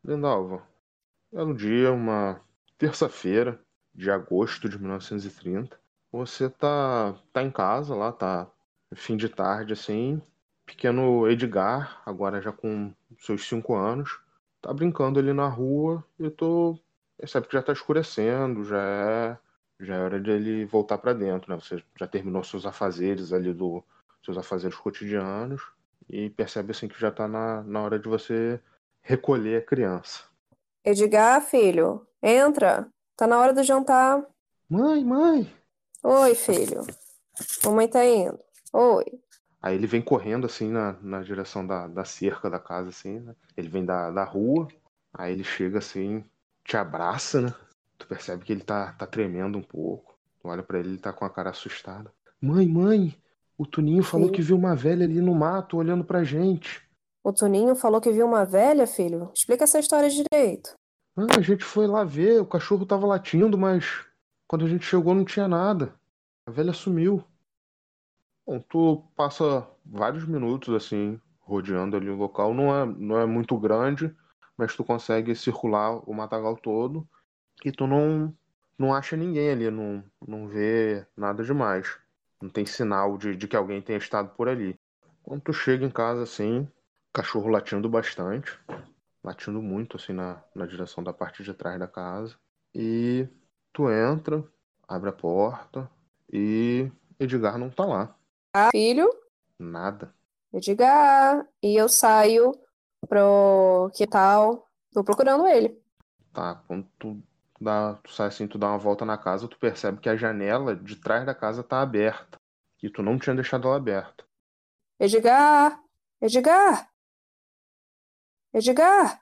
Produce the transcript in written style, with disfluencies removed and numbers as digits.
Lindalva, era um dia, uma terça-feira de agosto de 1930. Você tá em casa lá, tá fim de tarde assim. Pequeno Edgar, agora já com seus 5 anos, tá brincando ali na rua e percebe que já tá escurecendo, já é hora de ele voltar pra dentro, né? Você já terminou seus afazeres ali seus afazeres cotidianos e percebe assim que já tá na hora de você recolher a criança. Edgar, filho, entra. Tá na hora do jantar. Mãe, mãe! Oi, filho. Mamãe tá indo. Oi. Aí ele vem correndo assim na direção da cerca da casa, assim, né? Ele vem da rua, aí ele chega assim, te abraça, né? Tu percebe que ele tá tremendo um pouco. Tu olha pra ele, ele tá com a cara assustada. Mãe, mãe! O Tuninho falou que Filho. viu uma velha ali no mato olhando pra gente. O Toninho falou que viu uma velha, filho. Explica essa história direito. Ah, a gente foi lá ver, o cachorro tava latindo, mas quando a gente chegou não tinha nada. A velha sumiu. Bom, tu passa vários minutos assim, rodeando ali o local. Não é muito grande, mas tu consegue circular o matagal todo e tu não acha ninguém ali, não vê nada demais. Não tem sinal de que alguém tenha estado por ali. Quando tu chega em casa assim, cachorro latindo bastante, latindo muito assim na direção da parte de trás da casa. E tu entra, abre a porta e Edgar não tá lá. Ah, filho, Nada. Edgar. E eu saio pro que tal? Tô procurando ele. Tá, quando tu sai assim, tu dá uma volta na casa, tu percebe que a janela de trás da casa tá aberta. E tu não tinha deixado ela aberta. Edgar! Edgar! Edgar!